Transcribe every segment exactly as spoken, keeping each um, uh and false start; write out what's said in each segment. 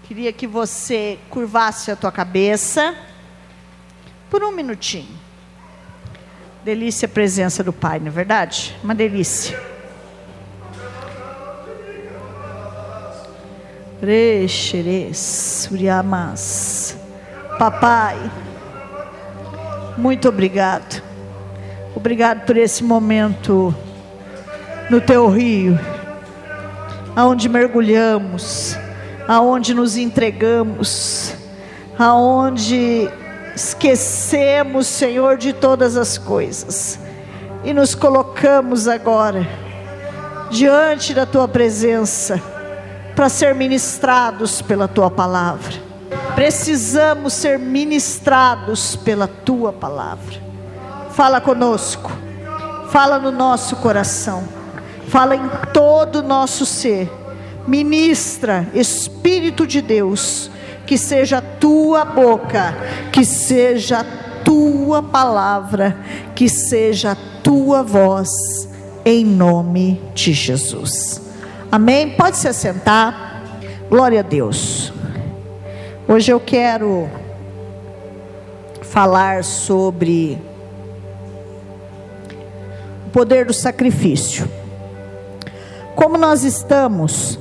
Queria que você curvasse a tua cabeça por um minutinho. Delícia a presença do Pai, não é verdade? Uma delícia. Recheres, uriamas. Papai, muito obrigado. Obrigado por esse momento no teu rio, aonde mergulhamos, aonde nos entregamos, aonde esquecemos, Senhor, de todas as coisas e nos colocamos agora diante da tua presença para ser ministrados pela tua palavra. Precisamos ser ministrados pela tua palavra. Fala conosco, fala no nosso coração, fala em todo o nosso ser. Ministra, Espírito de Deus, que seja a tua boca, que seja a tua palavra, que seja a tua voz, em nome de Jesus. Amém? Pode se assentar. Glória a Deus. Hoje eu quero falar sobre o poder do sacrifício. Como nós estamos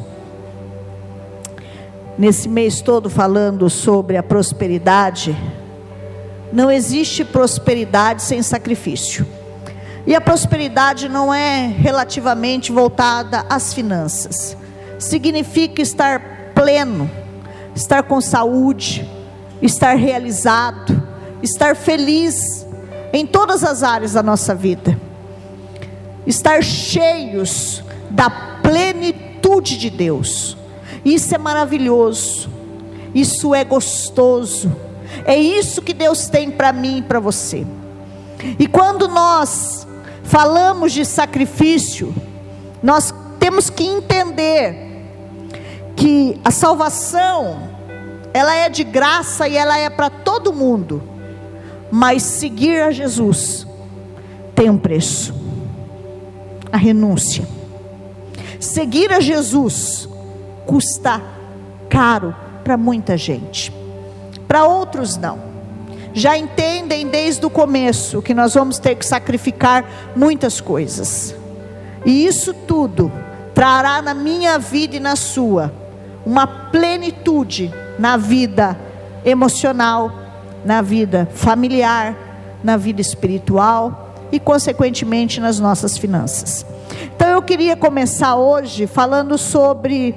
nesse mês todo falando sobre a prosperidade, não existe prosperidade sem sacrifício. E a prosperidade não é relativamente voltada às finanças. Significa estar pleno, estar com saúde, estar realizado, estar feliz em todas as áreas da nossa vida. Estar cheios da plenitude de Deus. Isso é maravilhoso, isso é gostoso, é isso que Deus tem para mim e para você. E quando nós falamos de sacrifício, nós temos que entender que a salvação, ela é de graça e ela é para todo mundo, mas seguir a Jesus tem um preço, a renúncia. Seguir a Jesus custa caro para muita gente, para outros não. Já entendem desde o começo que nós vamos ter que sacrificar muitas coisas, e isso tudo trará na minha vida e na sua uma plenitude na vida emocional, na vida familiar, na vida espiritual e consequentemente nas nossas finanças. Então eu queria começar hoje falando sobre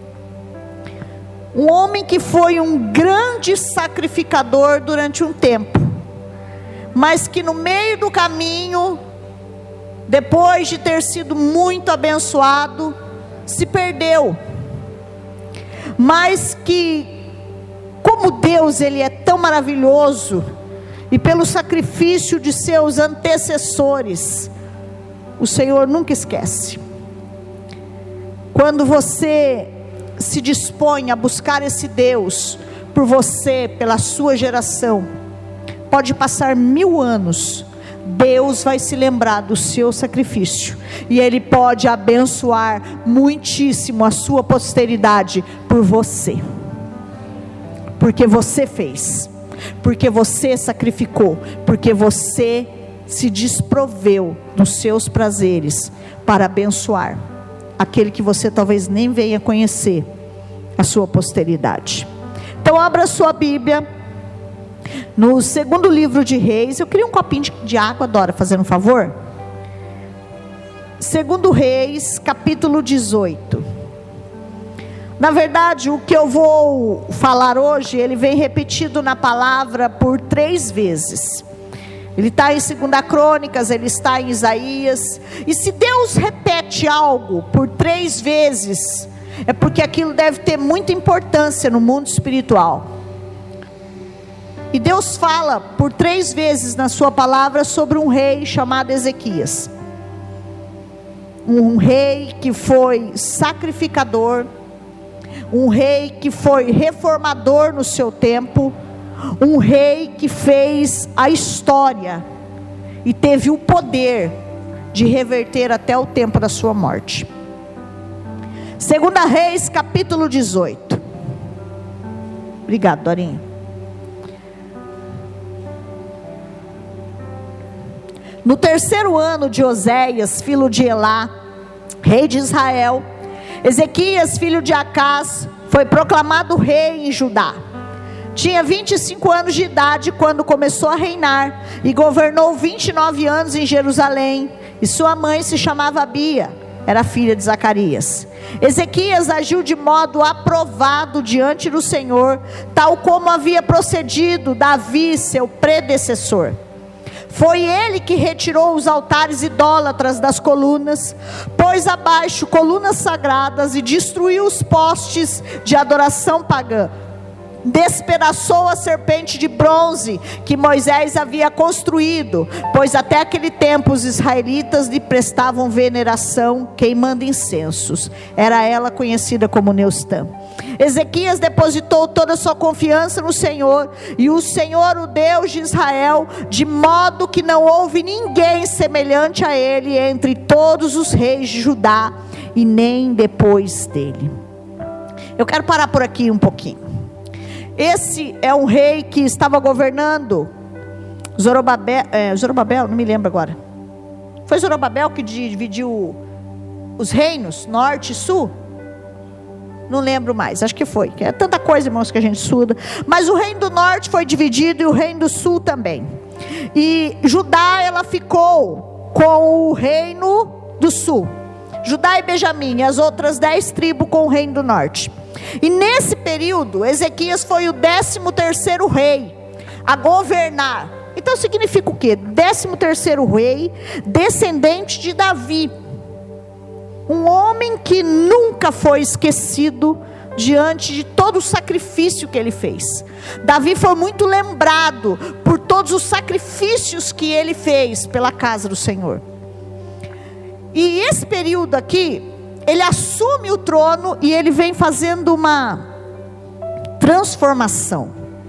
um homem que foi um grande sacrificador durante um tempo, mas que no meio do caminho, depois de ter sido muito abençoado, se perdeu. Mas que, como Deus ele é tão maravilhoso, e pelo sacrifício de seus antecessores, o Senhor nunca esquece. Quando você se dispõe a buscar esse Deus por você, pela sua geração, pode passar mil anos, Deus vai se lembrar do seu sacrifício, e Ele pode abençoar muitíssimo a sua posteridade por você, porque você fez, porque você sacrificou, porque você se desproveu dos seus prazeres para abençoar aquele que você talvez nem venha conhecer, a sua posteridade. Então abra sua Bíblia no segundo livro de Reis. Eu queria um copinho de, de água, Dora, fazendo um favor. Segundo Reis, capítulo dezoito. Na verdade, o que eu vou falar hoje, ele vem repetido na palavra por três vezes. Ele está em segunda Crônicas, ele está em Isaías. E se Deus repete algo por três vezes, é porque aquilo deve ter muita importância no mundo espiritual. E Deus fala por três vezes na sua palavra sobre um rei chamado Ezequias. Um rei que foi sacrificador, um rei que foi reformador no seu tempo, um rei que fez a história e teve o poder de reverter até o tempo da sua morte. Segunda Reis, capítulo dezoito. Obrigado, Dorinha. No terceiro ano de Oséias, filho de Elá, rei de Israel, Ezequias, filho de Acás, foi proclamado rei em Judá. Tinha vinte e cinco anos de idade quando começou a reinar, e governou vinte e nove anos em Jerusalém, e sua mãe se chamava Abia, era filha de Zacarias. Ezequias agiu de modo aprovado diante do Senhor, tal como havia procedido Davi, seu predecessor. Foi ele que retirou os altares idólatras das colunas, pôs abaixo colunas sagradas e destruiu os postes de adoração pagã. Despedaçou a serpente de bronze que Moisés havia construído, pois até aquele tempo os israelitas lhe prestavam veneração, queimando incensos. Era ela conhecida como Neustã. Ezequias depositou toda a sua confiança no Senhor, e o Senhor, o Deus de Israel, de modo que não houve ninguém semelhante a ele entre todos os reis de Judá, e nem depois dele. Eu quero parar por aqui um pouquinho. Esse é um rei que estava governando Zorobabel, é, Zorobabel, não me lembro agora. Foi Zorobabel que dividiu os reinos, norte e sul? Não lembro mais, acho que foi. É tanta coisa, irmãos, que a gente estuda. Mas o reino do norte foi dividido e o reino do sul também. E Judá, ela ficou com o reino do sul. Judá e Benjamim, e as outras dez tribos com o reino do norte. E nesse período, Ezequias foi o décimo terceiro rei a governar. Então significa o quê? Décimo terceiro rei, descendente de Davi. Um homem que nunca foi esquecido diante de todo o sacrifício que ele fez. Davi foi muito lembrado por todos os sacrifícios que ele fez pela casa do Senhor. E esse período aqui, ele assume o trono e ele vem fazendo uma transformação.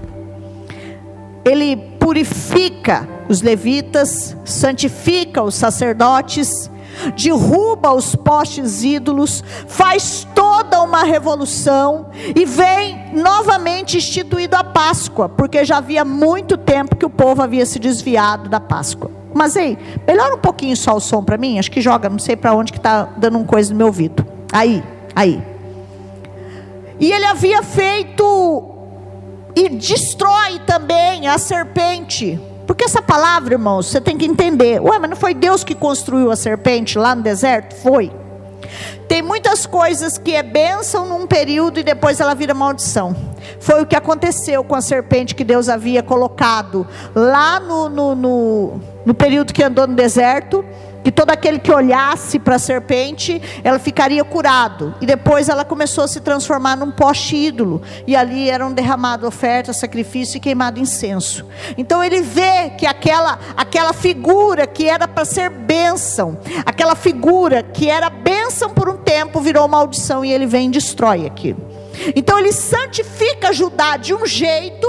Ele purifica os levitas, santifica os sacerdotes, derruba os postes ídolos, faz toda uma revolução e vem novamente instituído a Páscoa, porque já havia muito tempo que o povo havia se desviado da Páscoa. Mas aí, melhora um pouquinho só o som para mim, acho que joga, não sei para onde que está dando uma coisa no meu ouvido. Aí, aí. E ele havia feito, e destrói também a serpente. Porque essa palavra, irmãos, você tem que entender. Ué, mas não foi Deus que construiu a serpente lá no deserto? Foi. Tem muitas coisas que é bênção num período e depois ela vira maldição. Foi o que aconteceu com a serpente que Deus havia colocado lá no, no, no, no período que andou no deserto. Que todo aquele que olhasse para a serpente, ela ficaria curado. E depois ela começou a se transformar num poste ídolo. E ali eram derramadas ofertas, sacrifício e queimado incenso. Então ele vê que aquela, aquela figura que era para ser bênção, aquela figura que era bênção por um tempo, virou maldição. E ele vem e destrói aquilo. Então ele santifica Judá de um jeito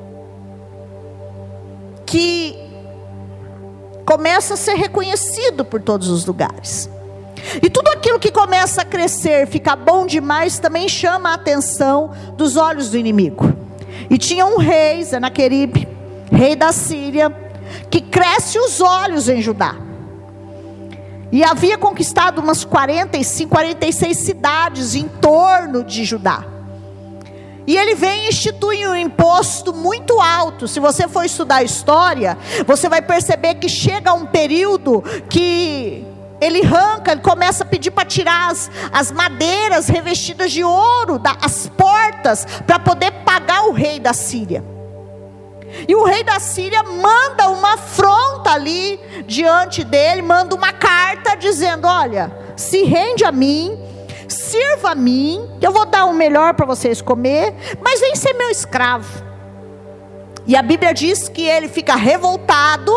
que começa a ser reconhecido por todos os lugares. E tudo aquilo que começa a crescer, fica bom demais, também chama a atenção dos olhos do inimigo. E tinha um rei, Senaqueribe, rei da Síria, que cresce os olhos em Judá. E havia conquistado umas quarenta e cinco, quarenta e seis cidades em torno de Judá. E ele vem e institui um imposto muito alto. Se você for estudar a história, você vai perceber que chega um período que ele arranca, ele começa a pedir para tirar as, as madeiras revestidas de ouro, da, as portas, para poder pagar o rei da Síria. E o rei da Síria manda uma afronta ali diante dele, manda uma carta dizendo: olha, se rende a mim, sirva a mim, eu vou dar o melhor para vocês comer, mas vem ser meu escravo. E a Bíblia diz que ele fica revoltado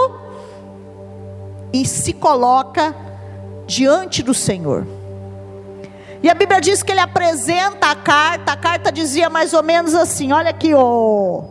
e se coloca diante do Senhor. E a Bíblia diz que ele apresenta a carta. A carta dizia mais ou menos assim: olha aqui, ô,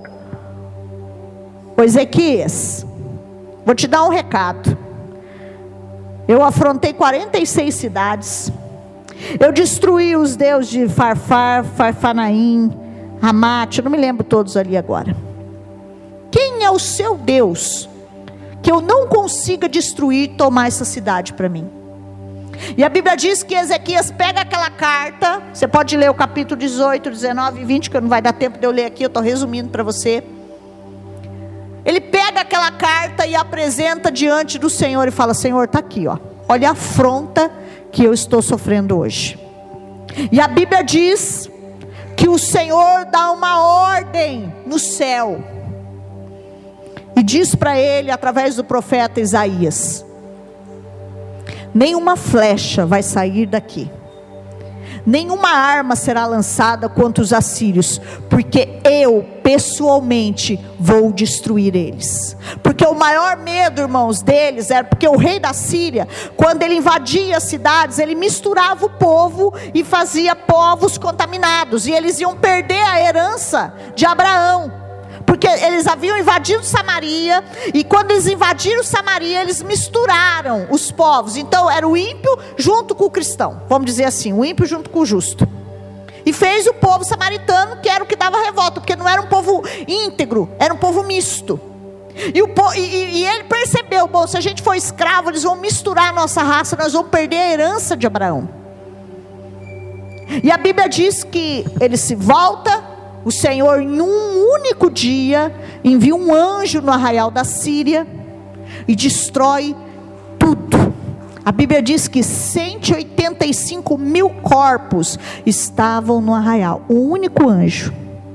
ô Ezequias, vou te dar um recado. Eu afrontei quarenta e seis cidades. Eu destruí os deuses de Farfar, Farfanaim, Ramate, eu não me lembro todos ali agora. Quem é o seu Deus que eu não consiga destruir e tomar essa cidade para mim? E a Bíblia diz que Ezequias pega aquela carta. Você pode ler o capítulo dezoito, dezenove e vinte, que não vai dar tempo de eu ler aqui, eu estou resumindo para você. Ele pega aquela carta e apresenta diante do Senhor e fala: Senhor, está aqui, ó. Olha a afronta que eu estou sofrendo hoje. E a Bíblia diz que o Senhor dá uma ordem no céu e diz para ele, através do profeta Isaías: nenhuma flecha vai sair daqui, nenhuma arma será lançada contra os assírios, porque eu pessoalmente vou destruir eles. Porque o maior medo, irmãos, deles era porque o rei da Síria, quando ele invadia as cidades, ele misturava o povo e fazia povos contaminados, e eles iam perder a herança de Abraão, porque eles haviam invadido Samaria, e quando eles invadiram Samaria, eles misturaram os povos. Então era o ímpio junto com o cristão, vamos dizer assim, o ímpio junto com o justo, e fez o povo samaritano, que era o que dava revolta, porque não era um povo íntegro, era um povo misto. E, o, e, e ele percebeu: bom, se a gente for escravo, eles vão misturar a nossa raça, nós vamos perder a herança de Abraão. E a Bíblia diz que ele se volta. O Senhor, em um único dia, envia um anjo no arraial da Síria e destrói tudo. A Bíblia diz que cento e oitenta e cinco mil corpos estavam no arraial. Um único anjo.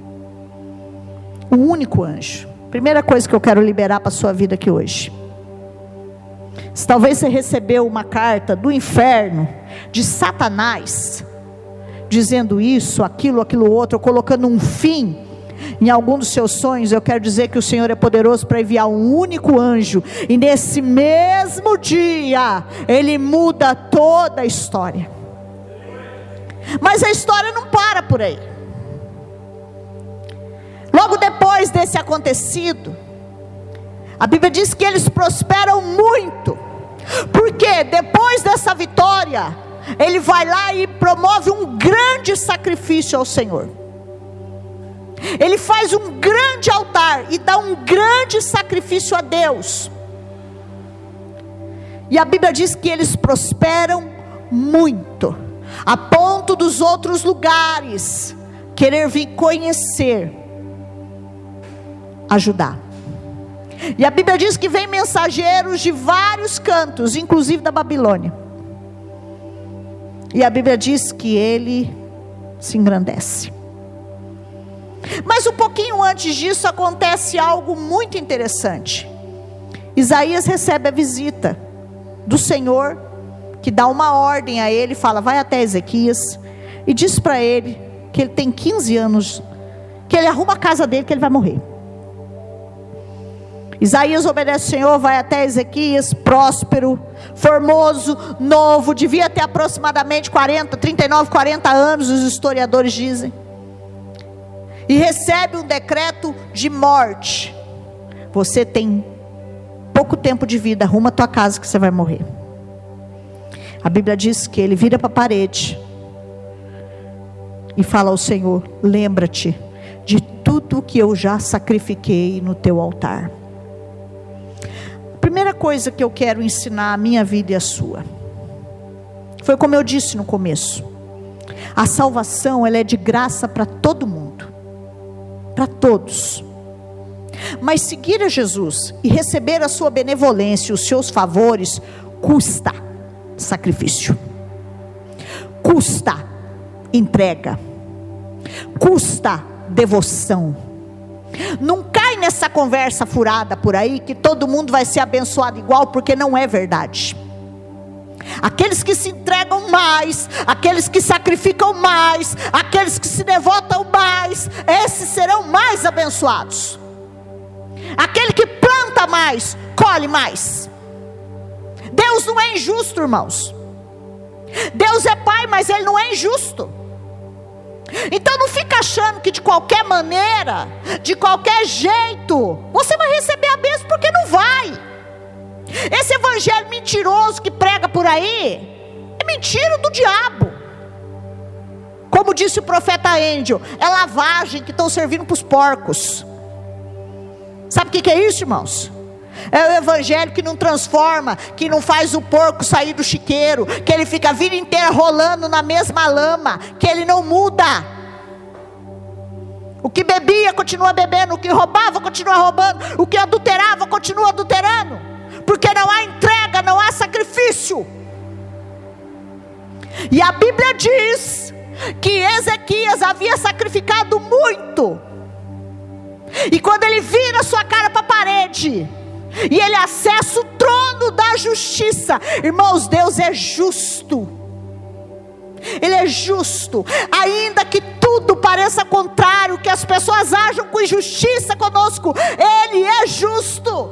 Um único anjo. Primeira coisa que eu quero liberar para a sua vida aqui hoje. Se talvez você recebeu uma carta do inferno, de Satanás, dizendo isso, aquilo, aquilo outro, colocando um fim em algum dos seus sonhos, eu quero dizer que o Senhor é poderoso para enviar um único anjo, e nesse mesmo dia, Ele muda toda a história. Mas a história não para por aí. Logo depois desse acontecido, a Bíblia diz que eles prosperam muito, porque depois dessa vitória, ele vai lá e promove um grande sacrifício ao Senhor. Ele faz um grande altar e dá um grande sacrifício a Deus. E a Bíblia diz que eles prosperam muito, a ponto dos outros lugares querer vir conhecer, ajudar. E a Bíblia diz que vem mensageiros de vários cantos, inclusive da Babilônia. E a Bíblia diz que ele se engrandece. Mas um pouquinho antes disso acontece algo muito interessante. Isaías recebe a visita do Senhor, que dá uma ordem a ele, fala: vai até Ezequias e diz para ele que ele tem quinze anos, que ele arruma a casa dele, que ele vai morrer. Isaías obedece ao Senhor, vai até Ezequias, próspero, formoso, novo, devia ter aproximadamente quarenta, trinta e nove, quarenta anos, os historiadores dizem. E recebe um decreto de morte: você tem pouco tempo de vida, arruma a tua casa que você vai morrer. A Bíblia diz que ele vira para a parede e fala ao Senhor: lembra-te de tudo que eu já sacrifiquei no teu altar. A primeira coisa que eu quero ensinar a minha vida e a sua, foi como eu disse no começo: a salvação, ela é de graça para todo mundo, para todos. Mas seguir a Jesus e receber a sua benevolência, os seus favores, custa sacrifício, custa entrega, custa devoção. Não cai nessa conversa furada por aí, que todo mundo vai ser abençoado igual, porque não é verdade. Aqueles que se entregam mais, aqueles que sacrificam mais, aqueles que se devotam mais, esses serão mais abençoados. Aquele que planta mais, colhe mais. Deus não é injusto, irmãos. Deus é Pai, mas Ele não é injusto. Então não fica achando que de qualquer maneira, de qualquer jeito, você vai receber a bênção, porque não vai. Esse evangelho mentiroso que prega por aí, é mentira do diabo. Como como disse o profeta Angel, é lavagem que estão servindo para os porcos. Sabe o que, que é isso, irmãos? É o evangelho que não transforma, que não faz o porco sair do chiqueiro, que ele fica a vida inteira rolando na mesma lama, que ele não muda. O que bebia continua bebendo, o que roubava continua roubando, o que adulterava continua adulterando, porque não há entrega, não há sacrifício. E a Bíblia diz que Ezequias havia sacrificado muito, e quando ele vira sua cara para a parede, e ele acessa o trono da justiça, irmãos, Deus é justo, Ele é justo, ainda que tudo pareça contrário, que as pessoas ajam com injustiça conosco, Ele é justo,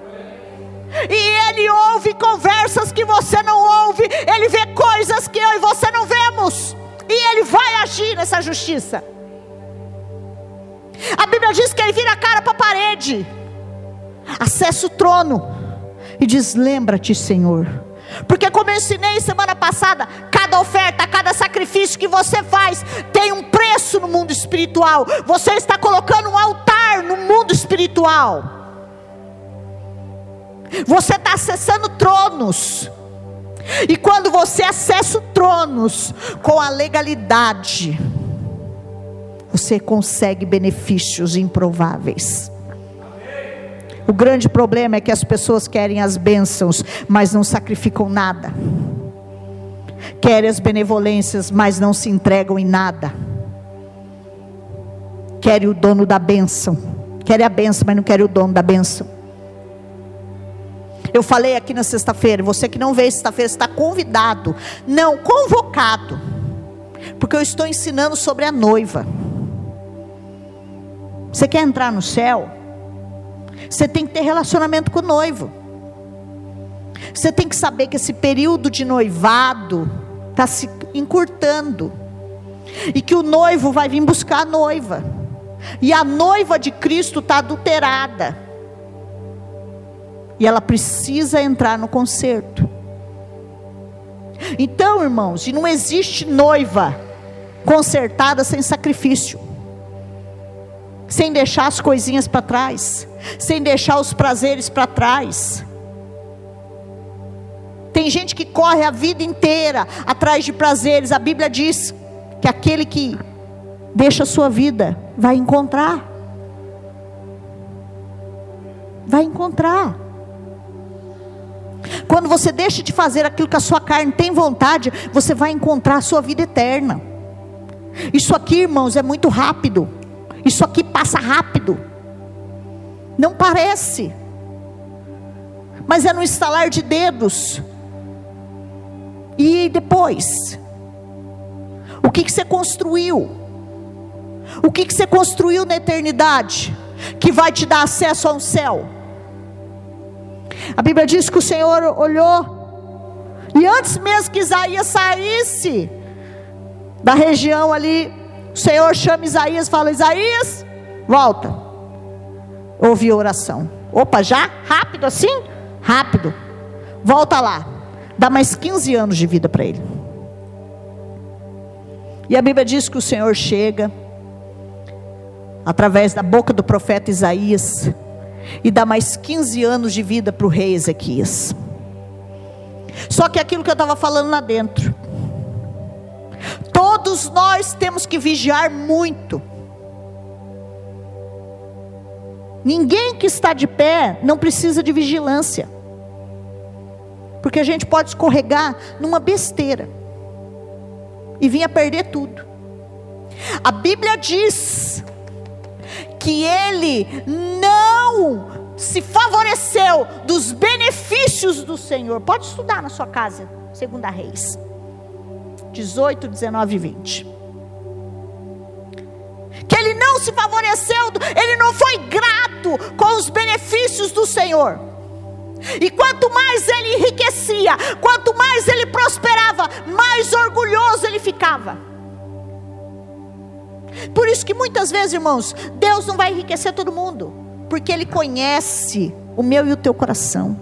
e Ele ouve conversas que você não ouve, Ele vê coisas que eu e você não vemos, e Ele vai agir nessa justiça. A Bíblia diz que Ele vira a cara para a parede, acessa o trono e diz: lembra-te, Senhor, porque como eu ensinei semana passada, cada oferta, cada sacrifício que você faz tem um preço no mundo espiritual. Você está colocando um altar no mundo espiritual, você está acessando tronos, e quando você acessa tronos com a legalidade, você consegue benefícios improváveis. O grande problema é que as pessoas querem as bênçãos, mas não sacrificam nada. Querem as benevolências, mas não se entregam em nada. Querem o dono da bênção. Querem a bênção, mas não querem o dono da bênção. Eu falei aqui na sexta-feira, você que não veio sexta-feira está convidado, não, convocado, porque eu estou ensinando sobre a noiva. Você quer entrar no céu? Você tem que ter relacionamento com o noivo. Você tem que saber que esse período de noivado está se encurtando, e que o noivo vai vir buscar a noiva, e a noiva de Cristo está adulterada, e ela precisa entrar no concerto. Então, irmãos, e não existe noiva consertada sem sacrifício, sem deixar as coisinhas para trás, sem deixar os prazeres para trás. Tem gente que corre a vida inteira atrás de prazeres. A Bíblia diz que aquele que deixa a sua vida vai encontrar, vai encontrar. Quando você deixa de fazer aquilo que a sua carne tem vontade, você vai encontrar a sua vida eterna. Isso aqui, irmãos, é muito rápido. Isso aqui passa rápido. Não parece, mas é no estalar de dedos. E depois, o que, que você construiu? O que, que você construiu na eternidade, que vai te dar acesso a um céu? A Bíblia diz que o Senhor olhou, e antes mesmo que Isaías saísse da região ali, o Senhor chama Isaías e fala: Isaías, volta. Ouvi a oração. Opa, já? Rápido assim? Rápido. Volta lá. Dá mais quinze anos de vida para ele. E a Bíblia diz que o Senhor chega, através da boca do profeta Isaías, e dá mais quinze anos de vida para o rei Ezequias. Só que aquilo que eu estava falando lá dentro, todos nós temos que vigiar muito. Ninguém que está de pé não precisa de vigilância, porque a gente pode escorregar numa besteira e vir a perder tudo. A Bíblia diz que ele não se favoreceu dos benefícios do Senhor. Pode estudar na sua casa, Segunda Reis dezoito, dezenove e vinte. Que ele não se favoreceu, ele não foi grato com os benefícios do Senhor. E quanto mais ele enriquecia, quanto mais ele prosperava, mais orgulhoso ele ficava. Por isso que muitas vezes, irmãos, Deus não vai enriquecer todo mundo, porque Ele conhece o meu e o teu coração.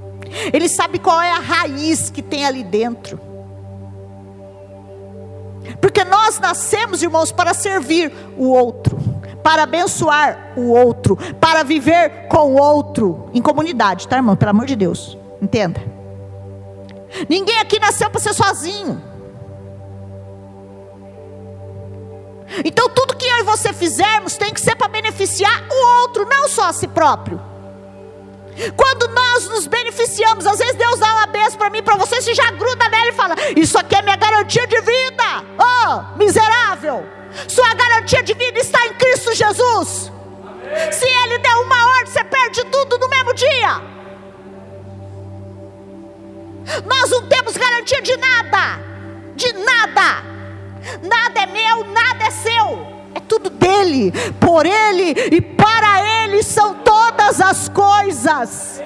Ele sabe qual é a raiz que tem ali dentro. Porque nós nascemos, irmãos, para servir o outro, para abençoar o outro, para viver com o outro, em comunidade, tá, irmão? Pelo amor de Deus, entenda. Ninguém aqui nasceu para ser sozinho. Então tudo que eu e você fizermos tem que ser para beneficiar o outro, não só a si próprio. Quando nós nos beneficiamos, às vezes Deus dá uma bênção para mim, para você, você já gruda nela e fala: isso aqui é minha garantia de vida. Oh, miserável, sua garantia de vida está em Cristo Jesus. Amém. Se Ele der uma ordem, você perde tudo no mesmo dia. Nós não temos garantia de nada, de nada. Nada é meu, nada é seu, é tudo dele, por ele e para ele são todas as coisas.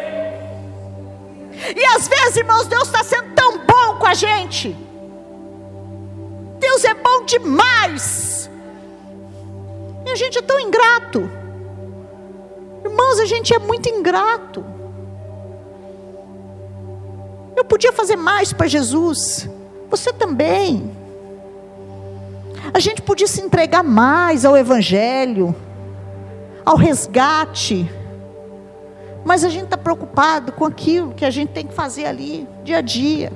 E às vezes, irmãos, Deus está sendo tão bom com a gente. Deus é bom demais. E a gente é tão ingrato. Irmãos, a gente é muito ingrato. Eu podia fazer mais para Jesus, você também. A gente podia se entregar mais ao Evangelho, ao resgate, mas a gente está preocupado com aquilo que a gente tem que fazer ali, dia a dia.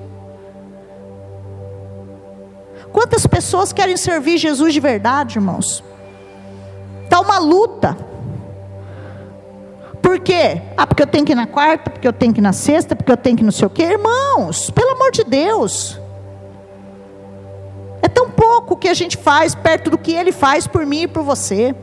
Quantas pessoas querem servir Jesus de verdade, irmãos? Está uma luta. Por quê? Ah, porque eu tenho que ir na quarta, porque eu tenho que ir na sexta, porque eu tenho que ir não sei o quê. Irmãos, pelo amor de Deus, é tão pouco que a gente faz perto do que Ele faz por mim e por você.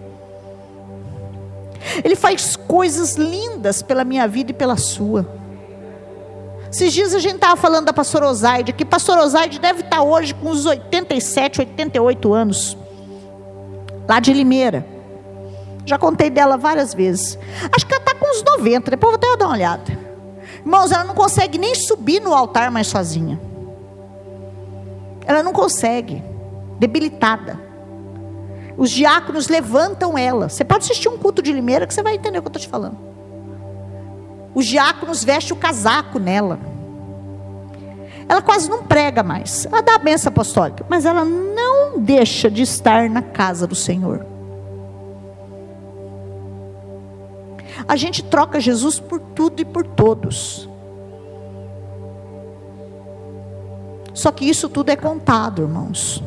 Ele faz coisas lindas pela minha vida e pela sua. Esses dias a gente estava falando da pastora Osaide, que pastora Osaide deve estar hoje com uns oitenta e sete, oitenta e oito anos, lá de Limeira. Já contei dela várias vezes. Acho que ela está com uns noventa, depois vou até dar uma olhada. Irmãos, ela não consegue nem subir no altar mais sozinha. Ela não consegue, debilitada. Os diáconos levantam ela. Você pode assistir um culto de Limeira que você vai entender o que eu estou te falando. Os diáconos vestem o casaco nela. Ela quase não prega mais. Ela dá a bênção apostólica, mas ela não deixa de estar na casa do Senhor. A gente troca Jesus por tudo e por todos. Só que isso tudo é contado, irmãos.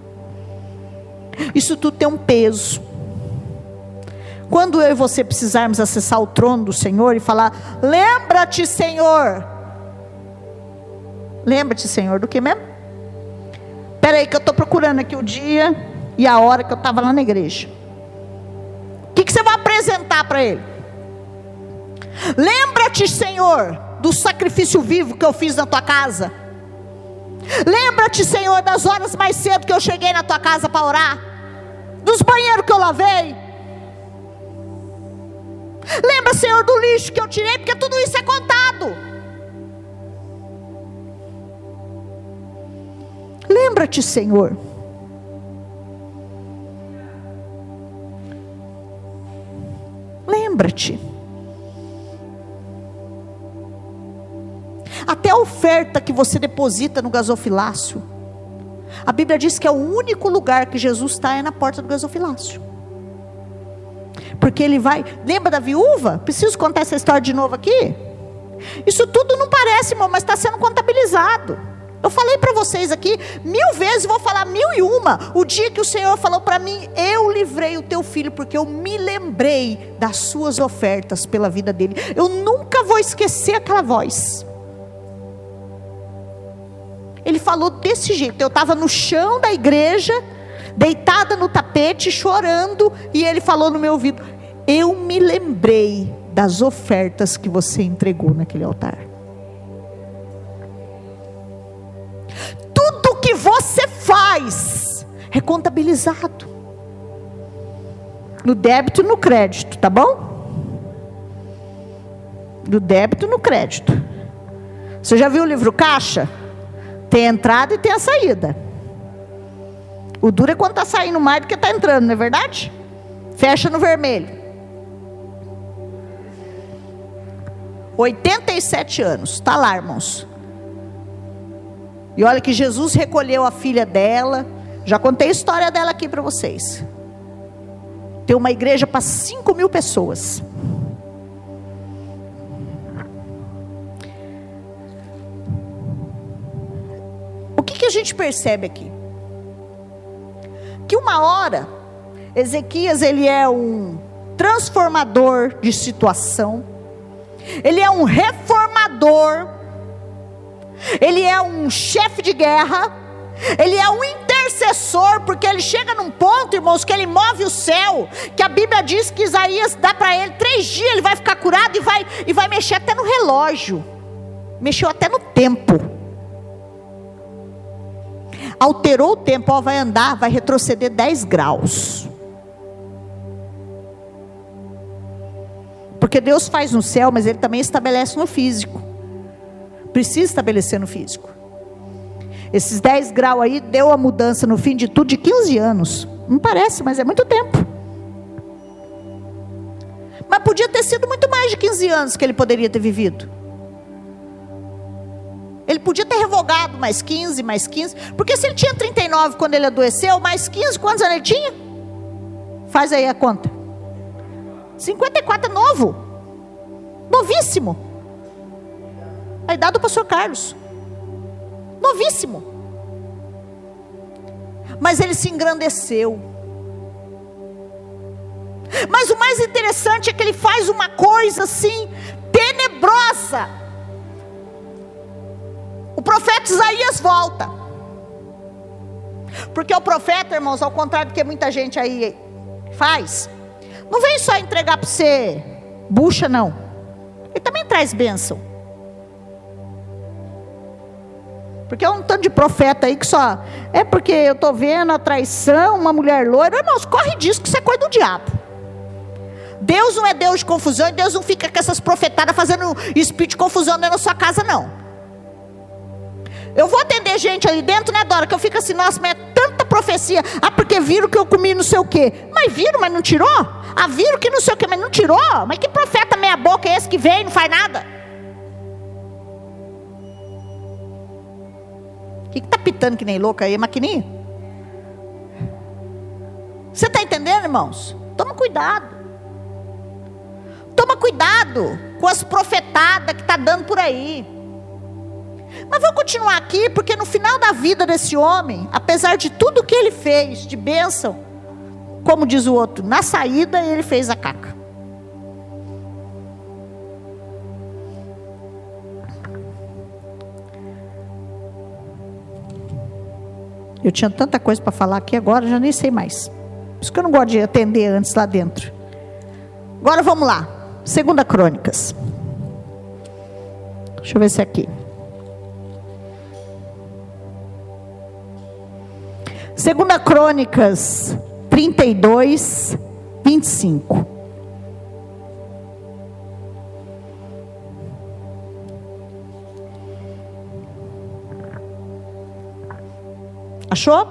Isso tudo tem um peso. Quando eu e você precisarmos acessar o trono do Senhor e falar: lembra-te, Senhor. Lembra-te, Senhor, do que mesmo? Espera aí que eu estou procurando aqui o dia e a hora que eu estava lá na igreja. O que, que você vai apresentar para Ele? Lembra-te, Senhor, do sacrifício vivo que eu fiz na tua casa. Lembra-te, Senhor, das horas mais cedo que eu cheguei na tua casa para orar, dos banheiros que eu lavei. Lembra, Senhor, do lixo que eu tirei, porque tudo isso é contado. Lembra-te, Senhor. Lembra-te. Até a oferta que você deposita no gasofilácio, a Bíblia diz que é o único lugar que Jesus está é na porta do gasofilácio. Porque Ele vai... Lembra da viúva? Preciso contar essa história de novo aqui? Isso tudo não parece, irmão, mas está sendo contabilizado. Eu falei para vocês aqui mil vezes, vou falar mil e uma. O dia que o Senhor falou para mim: eu livrei o teu filho, porque eu me lembrei das suas ofertas pela vida dele. Eu nunca vou esquecer aquela voz. Ele falou desse jeito. Eu estava no chão da igreja, deitada no tapete, chorando, e ele falou no meu ouvido: eu me lembrei das ofertas que você entregou naquele altar. Tudo que você faz é contabilizado, no débito e no crédito, tá bom? No débito e no crédito. Você já viu o livro caixa? Tem a entrada e tem a saída. O duro é quando está saindo mais do que está entrando, não é verdade? Fecha no vermelho. oitenta e sete anos, está lá, irmãos. E olha que Jesus recolheu a filha dela, Já contei a história dela aqui para vocês. Tem uma igreja para cinco mil pessoas. O que, que a gente percebe aqui? Que uma hora, Ezequias, ele é um transformador de situação. Ele é um reformador. Ele é um chefe de guerra. Ele é um intercessor, porque ele chega num ponto, irmãos, que ele move o céu, que a Bíblia diz que Isaías dá para ele três dias, ele vai ficar curado e vai, e vai mexer até no relógio. Mexeu até no tempo. Alterou o tempo, ó, vai andar, vai retroceder dez graus. Porque Deus faz no céu, mas Ele também estabelece no físico. Precisa estabelecer no físico. Esses dez graus aí deu a mudança no fim de tudo de quinze anos. Não parece, mas é muito tempo. Mas podia ter sido muito mais de quinze anos que ele poderia ter vivido. Ele podia ter revogado mais quinze, mais quinze. Porque se ele tinha trinta e nove quando ele adoeceu, mais quinze, quantos anos ele tinha? Faz aí a conta. cinquenta e quatro, novo. Novíssimo. A idade do pastor Carlos. Novíssimo. Mas ele se engrandeceu. Mas o mais interessante é que ele faz uma coisa assim, tenebrosa. O profeta Isaías volta. Porque o profeta, irmãos, ao contrário do que muita gente aí faz, não vem só entregar para você bucha, não. Ele também traz bênção. Porque é um tanto de profeta aí que só... É porque eu estou vendo a traição, uma mulher loira. Irmãos, corre disso que isso é coisa do diabo. Deus não é Deus de confusão. E Deus não fica com essas profetadas fazendo espírito de confusão dentro da sua casa, não. Eu vou atender gente ali dentro, né, Dora? Que eu fico assim, nossa, mas é tanta profecia. Ah, porque viram que eu comi não sei o quê. Mas viram, mas não tirou? Ah, viram que não sei o quê, mas não tirou? Mas que profeta meia boca é esse que vem e não faz nada? O que está pitando que nem louca aí, maquininha? Você está entendendo, irmãos? Toma cuidado. Toma cuidado com as profetadas que está dando por aí. Mas vou continuar aqui, porque no final da vida desse homem, apesar de tudo que ele fez de bênção, como diz o outro, na saída ele fez a caca. Eu tinha tanta coisa para falar aqui agora, já nem sei mais. Por isso que eu não gosto de atender antes lá dentro. Agora vamos lá. Segunda Crônicas. Deixa eu ver se é aqui. Segunda Crônicas trinta e dois, vinte e cinco. Achou?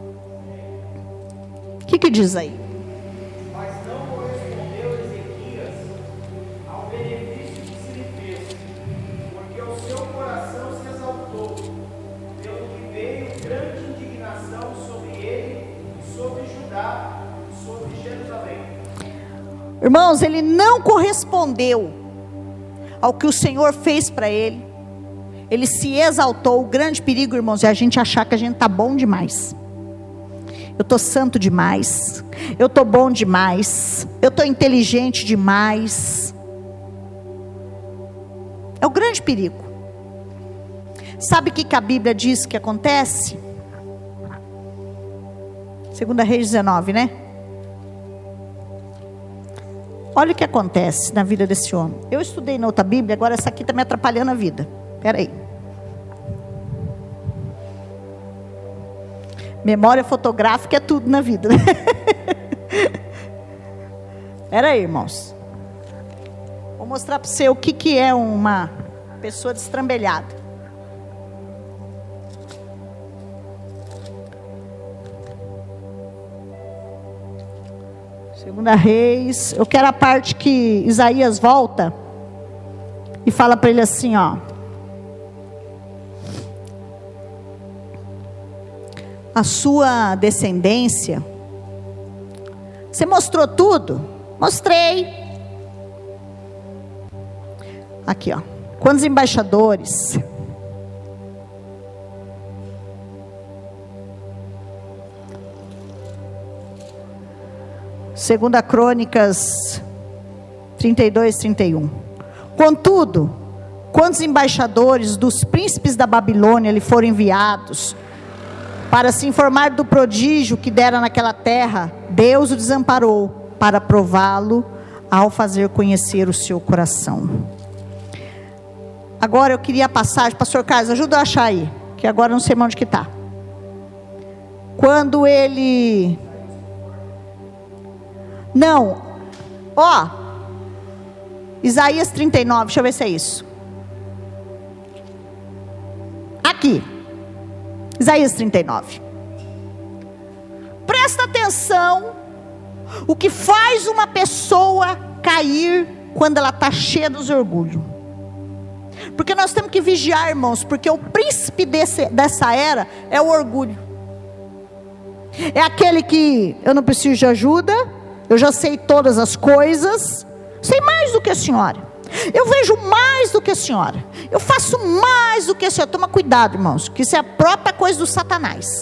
O que que diz aí? Mas não correspondeu Ezequias ao benefício que se lhe fez, porque o seu coração se exaltou, pelo que veio grande indignação sobre ele, e sobre Judá, e sobre Jerusalém. Irmãos, ele não correspondeu ao que o Senhor fez para ele. Ele se exaltou. O grande perigo, irmãos, é a gente achar que a gente está bom demais. Eu estou santo demais. Eu estou bom demais. Eu estou inteligente demais. É o grande perigo. Sabe o que, que a Bíblia diz que acontece? Segunda Reis dezenove, né? Olha o que acontece na vida desse homem. Eu estudei na outra Bíblia, agora essa aqui está me atrapalhando a vida. Espera aí. Memória fotográfica é tudo na vida. Espera aí, irmãos. Vou mostrar para você o que, que é uma pessoa destrambelhada. Segunda Reis. Eu quero a parte que Isaías volta e fala para ele assim, ó. a sua descendência. Você mostrou tudo? Mostrei. Aqui, ó. Quantos embaixadores? Segunda Crônicas trinta e dois, trinta e um. Contudo, quantos embaixadores dos príncipes da Babilônia lhe foram enviados para se informar do prodígio que dera naquela terra? Deus o desamparou para prová-lo ao fazer conhecer o seu coração. Agora eu queria a passagem, pastor Carlos, ajuda eu a achar aí, que agora eu não sei mais onde que está. Quando ele... Não, ó, Isaías trinta e nove, deixa eu ver se é isso. Aqui, Isaías trinta e nove. Presta atenção, o que faz uma pessoa cair quando ela está cheia dos orgulhos. Porque nós temos que vigiar, irmãos, porque o príncipe desse, dessa era é o orgulho. É aquele que, eu não preciso de ajuda, eu já sei todas as coisas, sei mais do que a senhora, eu vejo mais do que a senhora, eu faço mais do que a senhora. Toma cuidado, irmãos, que isso é a própria coisa do Satanás.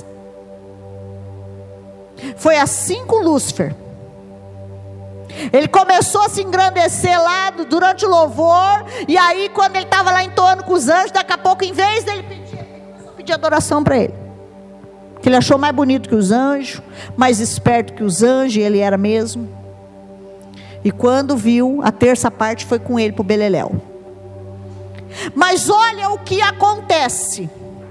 Foi assim com Lúcifer. Ele começou a se engrandecer lá durante o louvor, e aí quando ele estava lá entoando com os anjos, daqui a pouco, em vez dele pedir, ele começou a pedir adoração para ele, que ele achou mais bonito que os anjos, mais esperto que os anjos, e ele era mesmo. E quando viu, a terça parte foi com ele para o Beleléu. Mas olha o que acontece,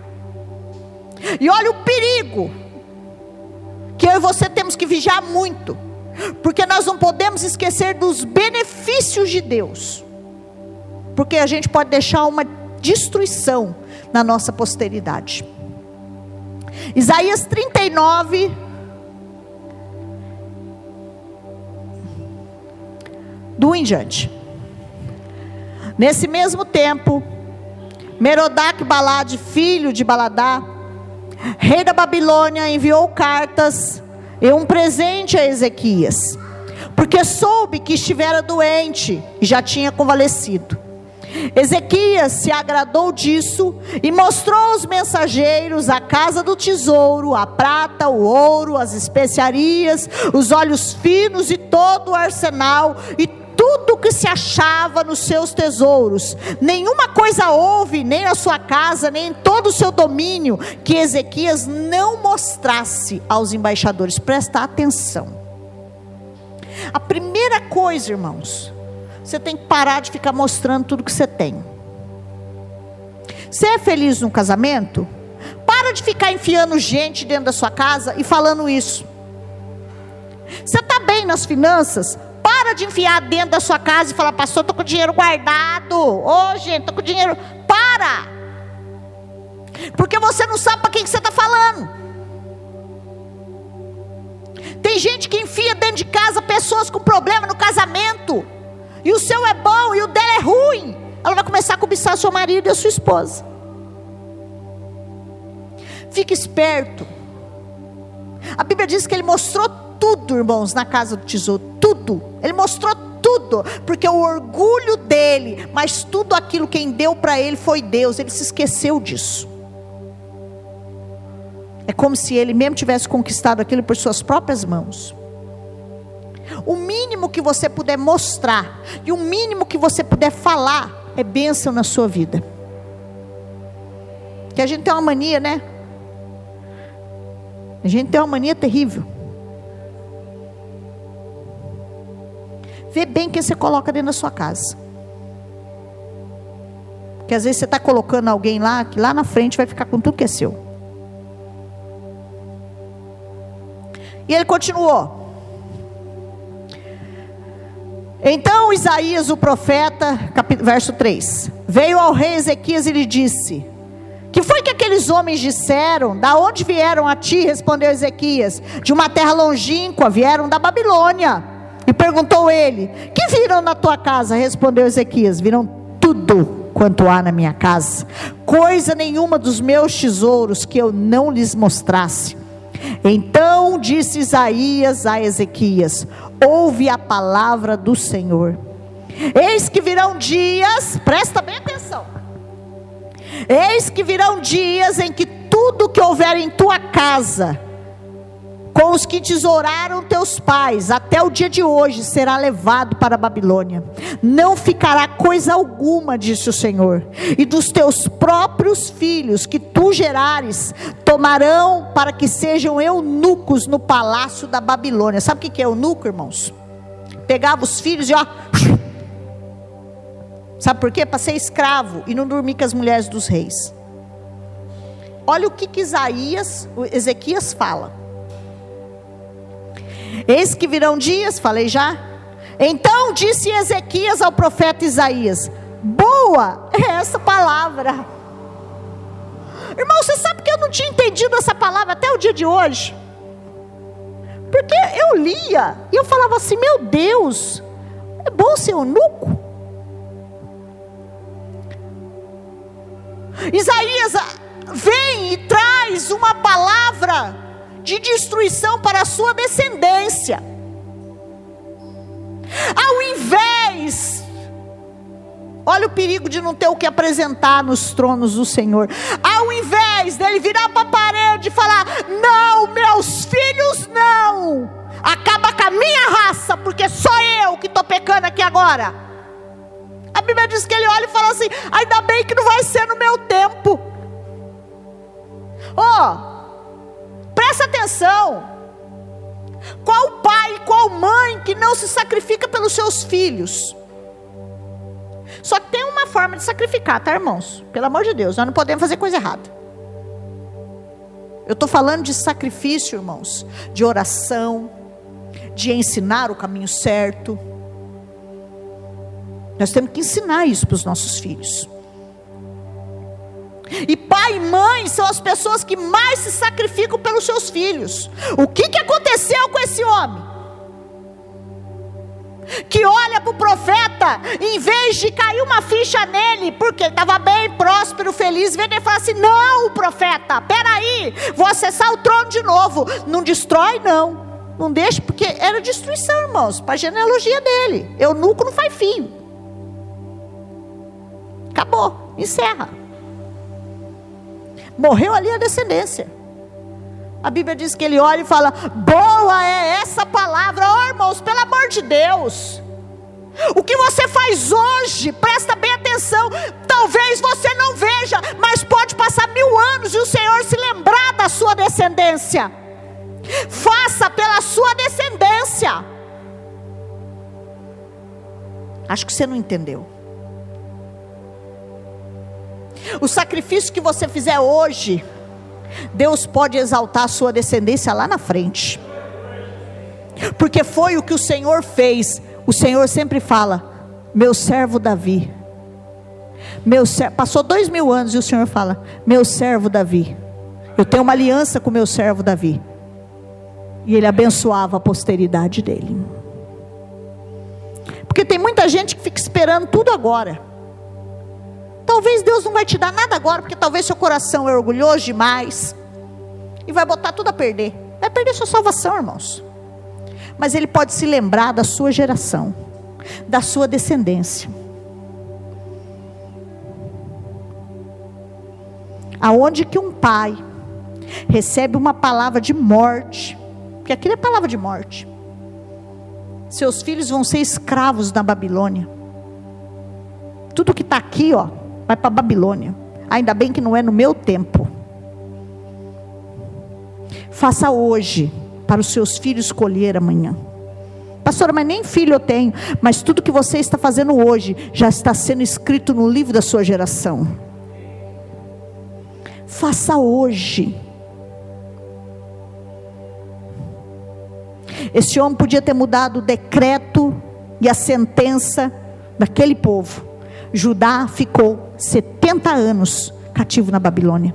e olha o perigo, que eu e você temos que vigiar muito, porque nós não podemos esquecer dos benefícios de Deus, porque a gente pode deixar uma destruição na nossa posteridade. Isaías trinta e nove, do em diante. Nesse mesmo tempo, Merodach-Balade, filho de Baladá, rei da Babilônia, enviou cartas e um presente a Ezequias, porque soube que estivera doente e já tinha convalescido. Ezequias se agradou disso e mostrou aos mensageiros a casa do tesouro, a prata, o ouro, as especiarias, os óleos finos e todo o arsenal, e tudo que se achava nos seus tesouros. Nenhuma coisa houve, nem na sua casa, nem em todo o seu domínio, que Ezequias não mostrasse aos embaixadores. Presta atenção. A primeira coisa, irmãos, você tem que parar de ficar mostrando tudo que você tem. Você é feliz no casamento? Para de ficar enfiando gente dentro da sua casa e falando isso. Você está bem nas finanças? Para de enfiar dentro da sua casa e falar: pastor, estou com o dinheiro guardado. Ô, oh, gente, estou com o dinheiro. Para! Porque você não sabe para quem que você está falando. Tem gente que enfia dentro de casa pessoas com problema no casamento, e o seu é bom e o dela é ruim. Ela vai começar a cobiçar seu marido e a sua esposa. Fique esperto. A Bíblia diz que ele mostrou tudo, irmãos, na casa do tesouro. Tudo. Ele mostrou tudo. Porque o orgulho dele, mas tudo aquilo quem deu para ele foi Deus. Ele se esqueceu disso. É como se ele mesmo tivesse conquistado aquilo por suas próprias mãos. O mínimo que você puder mostrar, e o mínimo que você puder falar, é bênção na sua vida. Que a gente tem uma mania, né? A gente tem uma mania terrível. Vê bem quem você coloca dentro da sua casa. Porque às vezes você está colocando alguém lá, que lá na frente vai ficar com tudo que é seu. E ele continuou. Então Isaías o profeta, verso três, veio ao rei Ezequias e lhe disse: que foi que aqueles homens disseram? Da onde vieram a ti? Respondeu Ezequias: de uma terra longínqua, vieram da Babilônia. E perguntou ele: que viram na tua casa? Respondeu Ezequias: viram tudo quanto há na minha casa, coisa nenhuma dos meus tesouros que eu não lhes mostrasse. Então disse Isaías a Ezequias: ouve a palavra do Senhor. Eis que virão dias, presta bem atenção. Eis que virão dias em que tudo que houver em tua casa, com os que tesouraram teus pais, até o dia de hoje, será levado para a Babilônia. Não ficará coisa alguma, disse o Senhor. E dos teus próprios filhos, que tu gerares, tomarão para que sejam eunucos no palácio da Babilônia. Sabe o que é eunuco, irmãos? Pegava os filhos e ó... Sabe por quê? Para ser escravo e não dormir com as mulheres dos reis. Olha o que, que Isaías, Ezequias fala. Eis que virão dias, falei já. Então disse Ezequias ao profeta Isaías: boa é essa palavra. Irmão, você sabe que eu não tinha entendido essa palavra até o dia de hoje? Porque eu lia e eu falava assim: meu Deus, é bom ser eunuco? Isaías vem e traz uma palavra de destruição para a sua descendência. Ao invés, olha o perigo de não ter o que apresentar nos tronos do Senhor. Ao invés dele virar para a parede e falar: não, meus filhos não, acaba com a minha raça, porque sou eu que estou pecando aqui agora. A Bíblia diz que ele olha e fala assim: ainda bem que não vai ser no meu tempo. Ó, oh, presta atenção. Qual pai, qual mãe que não se sacrifica pelos seus filhos? Só que tem uma forma de sacrificar, tá, irmãos? Pelo amor de Deus, nós não podemos fazer coisa errada. Eu estou falando de sacrifício, irmãos, de oração, de ensinar o caminho certo. Nós temos que ensinar isso para os nossos filhos. E pai e mãe são as pessoas que mais se sacrificam pelos seus filhos. O que, que aconteceu com esse homem? Que olha para o profeta, em vez de cair uma ficha nele, porque ele estava bem, próspero, feliz, vem e fala assim: não, profeta, peraí, vou acessar o trono de novo. Não destrói, não. Não deixa, porque era destruição, irmãos, para a genealogia dele. Eunuco não faz filho. Acabou, encerra. Morreu ali a descendência. A Bíblia diz que ele olha e fala: boa é essa palavra. Ó, oh, irmãos, pelo amor de Deus, o que você faz hoje, presta bem atenção, talvez você não veja, mas pode passar mil anos e o Senhor se lembrar da sua descendência. Faça pela sua descendência. Acho que você não entendeu. O sacrifício que você fizer hoje, Deus pode exaltar a sua descendência lá na frente, porque foi o que o Senhor fez. O Senhor sempre fala: meu servo Davi, meu servo, passou dois mil anos e o Senhor fala: meu servo Davi, eu tenho uma aliança com meu servo Davi. E ele abençoava a posteridade dele. Porque tem muita gente que fica esperando tudo agora. Talvez Deus não vai te dar nada agora, porque talvez seu coração é orgulhoso demais, e vai botar tudo a perder. Vai perder sua salvação, irmãos. Mas Ele pode se lembrar da sua geração, da sua descendência. Aonde que um pai recebe uma palavra de morte, porque aquilo é palavra de morte, seus filhos vão ser escravos na Babilônia. Tudo que está aqui, ó, vai para a Babilônia. Ainda bem que não é no meu tempo. Faça hoje, para os seus filhos colher amanhã. Pastora, mas nem filho eu tenho. Mas tudo que você está fazendo hoje, já está sendo escrito no livro da sua geração. Faça hoje. Esse homem podia ter mudado o decreto e a sentença daquele povo. Judá ficou setenta anos cativo na Babilônia.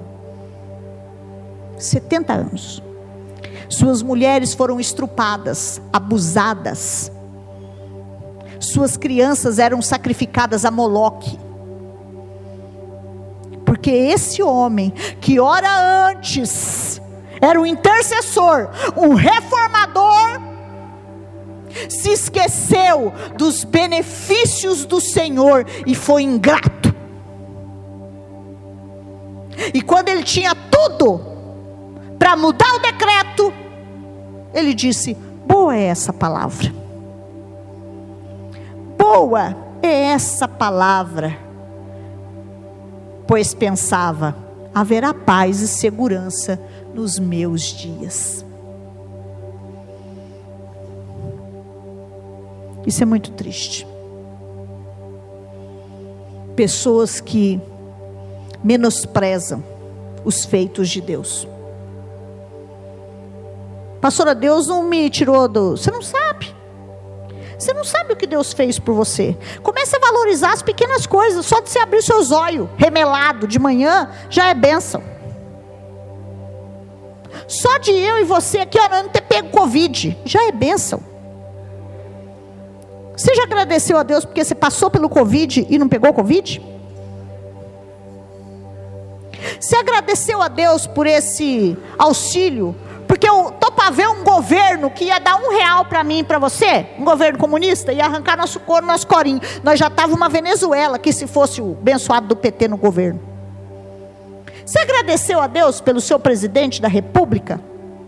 setenta anos. Suas mulheres foram estrupadas, abusadas. Suas crianças eram sacrificadas a Moloque. Porque esse homem, que hora antes era um intercessor, um reformador, se esqueceu dos benefícios do Senhor e foi ingrato. E quando ele tinha tudo para mudar o decreto, ele disse: boa é essa palavra, boa é essa palavra, pois pensava, haverá paz e segurança nos meus dias. Isso é muito triste. Pessoas que menosprezam os feitos de Deus. Pastora, Deus não me tirou do... Você não sabe. Você não sabe o que Deus fez por você. Comece a valorizar as pequenas coisas. Só de você abrir seus olhos remelado de manhã, já é bênção. Só de eu e você aqui, ó, não ter pego Covid, já é bênção. Você já agradeceu a Deus porque você passou pelo Covid e não pegou Covid? Você agradeceu a Deus por esse auxílio? Porque eu estou para ver um governo que ia dar um real para mim e para você, um governo comunista, ia arrancar nosso couro, nosso corinho. Nós já estávamos uma Venezuela, que se fosse o abençoado do P T no governo. Você agradeceu a Deus pelo seu presidente da república?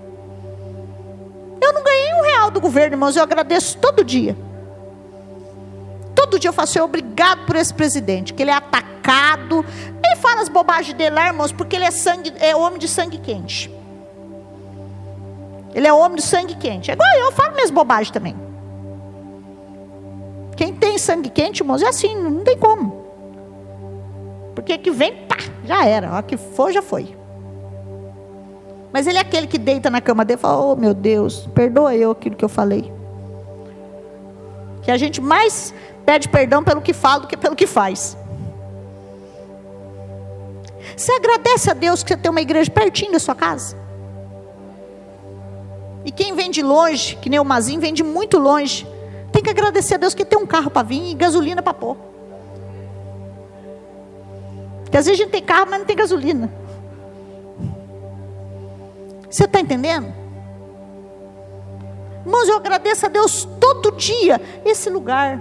Eu não ganhei um real do governo, irmãos, eu agradeço todo dia. Todo dia eu faço, Senhor, obrigado por esse presidente, que ele é atacado. Ele fala as bobagens dele lá, irmãos, porque ele é, sangue, é homem de sangue quente. Ele é homem de sangue quente. É igual eu, eu falo minhas bobagens também. Quem tem sangue quente, irmãos, é assim, não tem como. Porque que vem, pá, já era. O que for, já foi. Mas ele é aquele que deita na cama dele e fala: oh meu Deus, perdoa eu aquilo que eu falei. Que a gente mais pede perdão pelo que fala do que pelo que faz. Você agradece a Deus que você tem uma igreja pertinho da sua casa? E quem vem de longe, que nem o Mazinho, vem de muito longe, tem que agradecer a Deus que tem um carro para vir e gasolina para pôr. Porque às vezes a gente tem carro, mas não tem gasolina. Você está entendendo? Irmãos, eu agradeço a Deus todo dia esse lugar.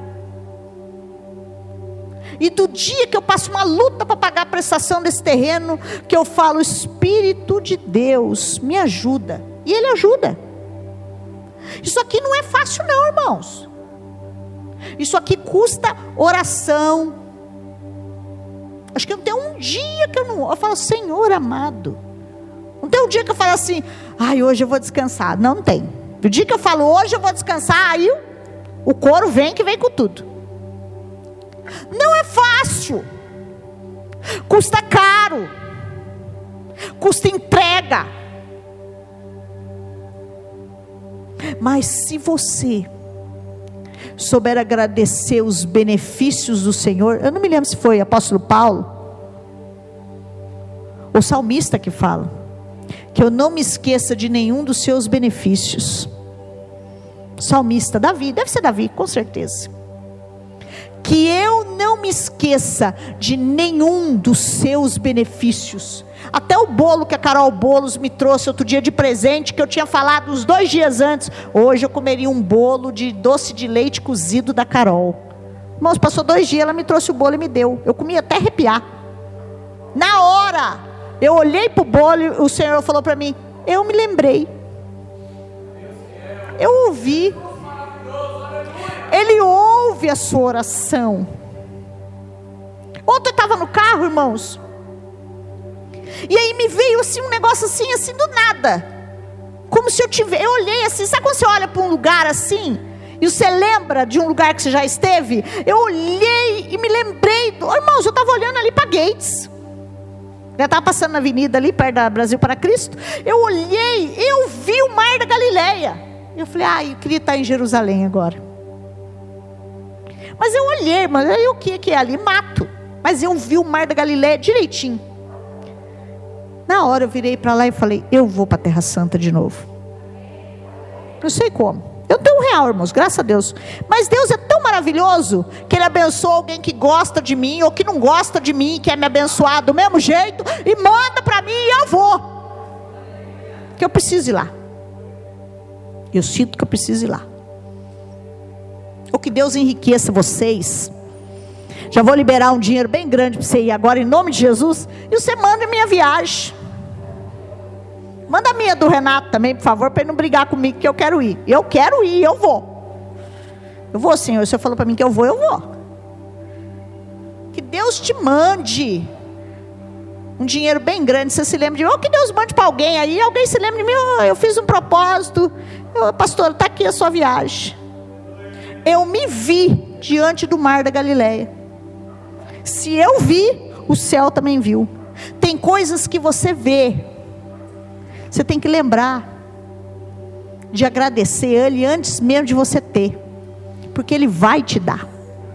E do dia que eu passo uma luta para pagar a prestação desse terreno, que eu falo: Espírito de Deus, me ajuda. E Ele ajuda. Isso aqui não é fácil não, irmãos. Isso aqui custa oração. Acho que não tem um dia que eu não... Eu falo: Senhor amado. Não tem um dia que eu falo assim: ai, hoje eu vou descansar. Não, não tem. O dia que eu falo: hoje eu vou descansar, aí o, o couro vem que vem com tudo. Não é fácil. Custa caro. Custa entrega. Mas se você souber agradecer os benefícios do Senhor, eu não me lembro se foi o apóstolo Paulo, o salmista que fala, que eu não me esqueça de nenhum dos seus benefícios. Salmista, Davi, deve ser Davi, com certeza. Que eu não me esqueça de nenhum dos seus benefícios. Até o bolo que a Carol Bolos me trouxe outro dia de presente, que eu tinha falado uns dois dias antes, hoje eu comeria um bolo de doce de leite cozido da Carol. Irmãos, passou dois dias, ela me trouxe o bolo e me deu. Eu comi até arrepiar. Na hora, eu olhei para o bolo e o Senhor falou para mim: eu me lembrei. Eu ouvi. Ele ouve a sua oração. Ontem eu estava no carro, irmãos, e aí me veio assim um negócio assim, assim do nada, como se eu tivesse, eu olhei assim, sabe quando você olha para um lugar assim, e você lembra de um lugar que você já esteve? Eu olhei e me lembrei, do, oh, irmãos, eu estava olhando ali para Gates, eu estava passando na avenida ali, perto da Brasil para Cristo, eu olhei, eu vi o mar da Galileia, eu falei: ah, eu queria estar em Jerusalém agora. Mas eu olhei, mas aí o que que é ali? Mato. Mas eu vi o mar da Galileia direitinho. Na hora eu virei para lá e falei: eu vou para a Terra Santa de novo. Não sei como. Eu tenho um real, irmãos, graças a Deus. Mas Deus é tão maravilhoso que Ele abençoa alguém que gosta de mim ou que não gosta de mim, quer me abençoar do mesmo jeito e manda para mim e eu vou. que eu preciso ir lá. Eu sinto que eu preciso ir lá. Ou que Deus enriqueça vocês. Já vou liberar um dinheiro bem grande para você ir agora, em nome de Jesus. E você manda minha viagem. Manda a minha do Renato também, por favor, para ele não brigar comigo, que eu quero ir. Eu quero ir, eu vou. Eu vou, Senhor. O Senhor falou para mim que eu vou, eu vou. Que Deus te mande um dinheiro bem grande. Você se lembra de mim, ou que Deus mande para alguém aí. Alguém se lembra de mim, oh, eu fiz um propósito. Eu, pastor, está aqui a sua viagem. Eu me vi diante do mar da Galileia. Se eu vi, o céu também viu. Tem coisas que você vê, você tem que lembrar de agradecer Ele antes mesmo de você ter, porque Ele vai te dar.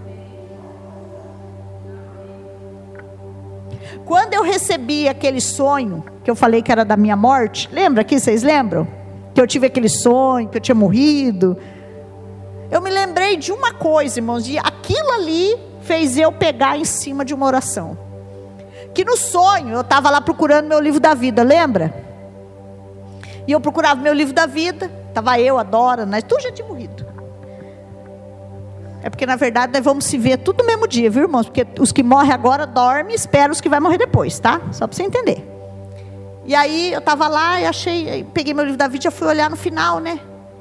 Quando eu recebi aquele sonho, que eu falei que era da minha morte, lembra aqui, vocês lembram? Que eu tive aquele sonho, que eu tinha morrido. Eu me lembrei de uma coisa, irmãos, e aquilo ali fez eu pegar em cima de uma oração. Que no sonho, eu estava lá procurando meu livro da vida, lembra? E eu procurava meu livro da vida, estava eu, a Dora, nós tudo já tinha morrido. É porque na verdade nós vamos se ver tudo no mesmo dia, viu, irmãos? Porque os que morrem agora dormem e esperam os que vão morrer depois, tá? Só para você entender. E aí eu estava lá e achei, peguei meu livro da vida e já fui olhar no final, né?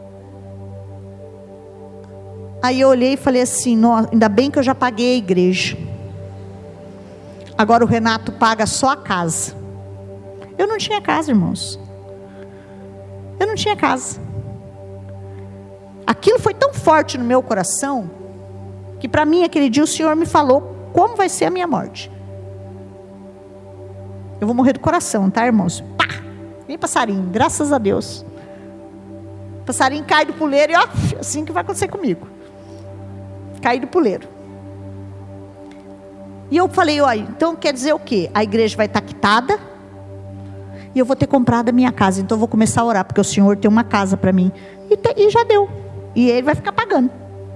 Aí eu olhei e falei assim, ainda bem que eu já paguei a igreja. Agora o Renato paga só a casa. Eu não tinha casa, irmãos. Eu não tinha casa. Aquilo foi tão forte no meu coração, que para mim aquele dia o Senhor me falou como vai ser a minha morte. Eu vou morrer do coração, tá, irmãos? Pá! Vem passarinho, graças a Deus. Passarinho cai do puleiro e ó, assim que vai acontecer comigo. Caí do puleiro. E eu falei, ó, então quer dizer o quê? A igreja vai estar quitada e eu vou ter comprado a minha casa. Então eu vou começar a orar, porque o Senhor tem uma casa para mim. E, te, e já deu. E Ele vai ficar pagando.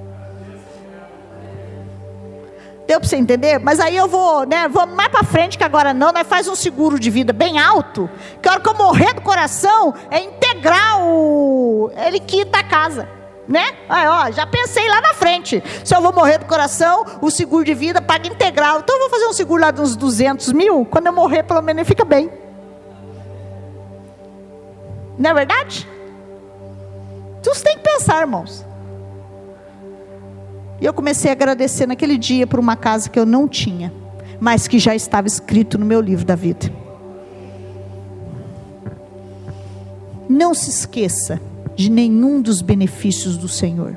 Deu para você entender? Mas aí eu vou, né? Vamos mais para frente, que agora não. Nós faz um seguro de vida bem alto, que a hora que eu morrer do coração, é integral. Ele quita a casa. Né? Aí, ó, já pensei lá na frente. Se eu vou morrer do coração, o seguro de vida paga integral. Então eu vou fazer um seguro lá de uns duzentos mil. Quando eu morrer, pelo menos ele fica bem. Não é verdade? Então você tem que pensar, irmãos. E eu comecei a agradecer naquele dia por uma casa que eu não tinha, mas que já estava escrito no meu livro da vida. Não se esqueça de nenhum dos benefícios do Senhor.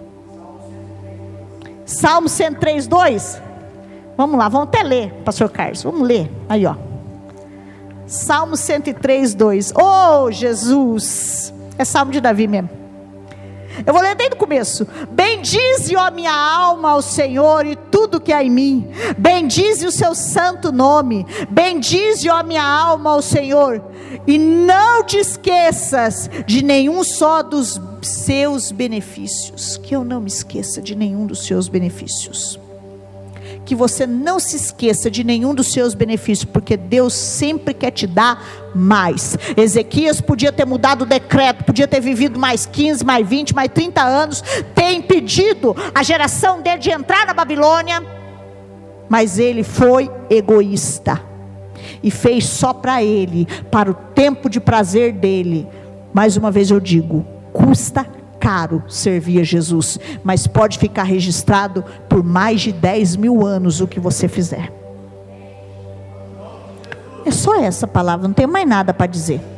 Salmo cento e três, dois. Vamos lá, vamos até ler, pastor Carlos. Vamos ler, aí ó. Salmo cento e três, dois. Oh Jesus, é Salmo de Davi mesmo. Eu vou ler desde o começo. Bendize, ó minha alma, ao Senhor e tudo que há em mim. Bendize o seu santo nome. Bendize, ó minha alma, ao Senhor. E não te esqueças de nenhum só dos seus benefícios. Que eu não me esqueça de nenhum dos seus benefícios. Que você não se esqueça de nenhum dos seus benefícios, porque Deus sempre quer te dar mais. Ezequias podia ter mudado o decreto, podia ter vivido mais quinze, mais vinte, mais trinta anos, ter impedido a geração dele de entrar na Babilônia, mas ele foi egoísta e fez só para ele, para o tempo de prazer dele. Mais uma vez eu digo, custa caro servir a Jesus, mas pode ficar registrado por mais de dez mil anos o que você fizer. É só essa palavra, não tem mais nada para dizer.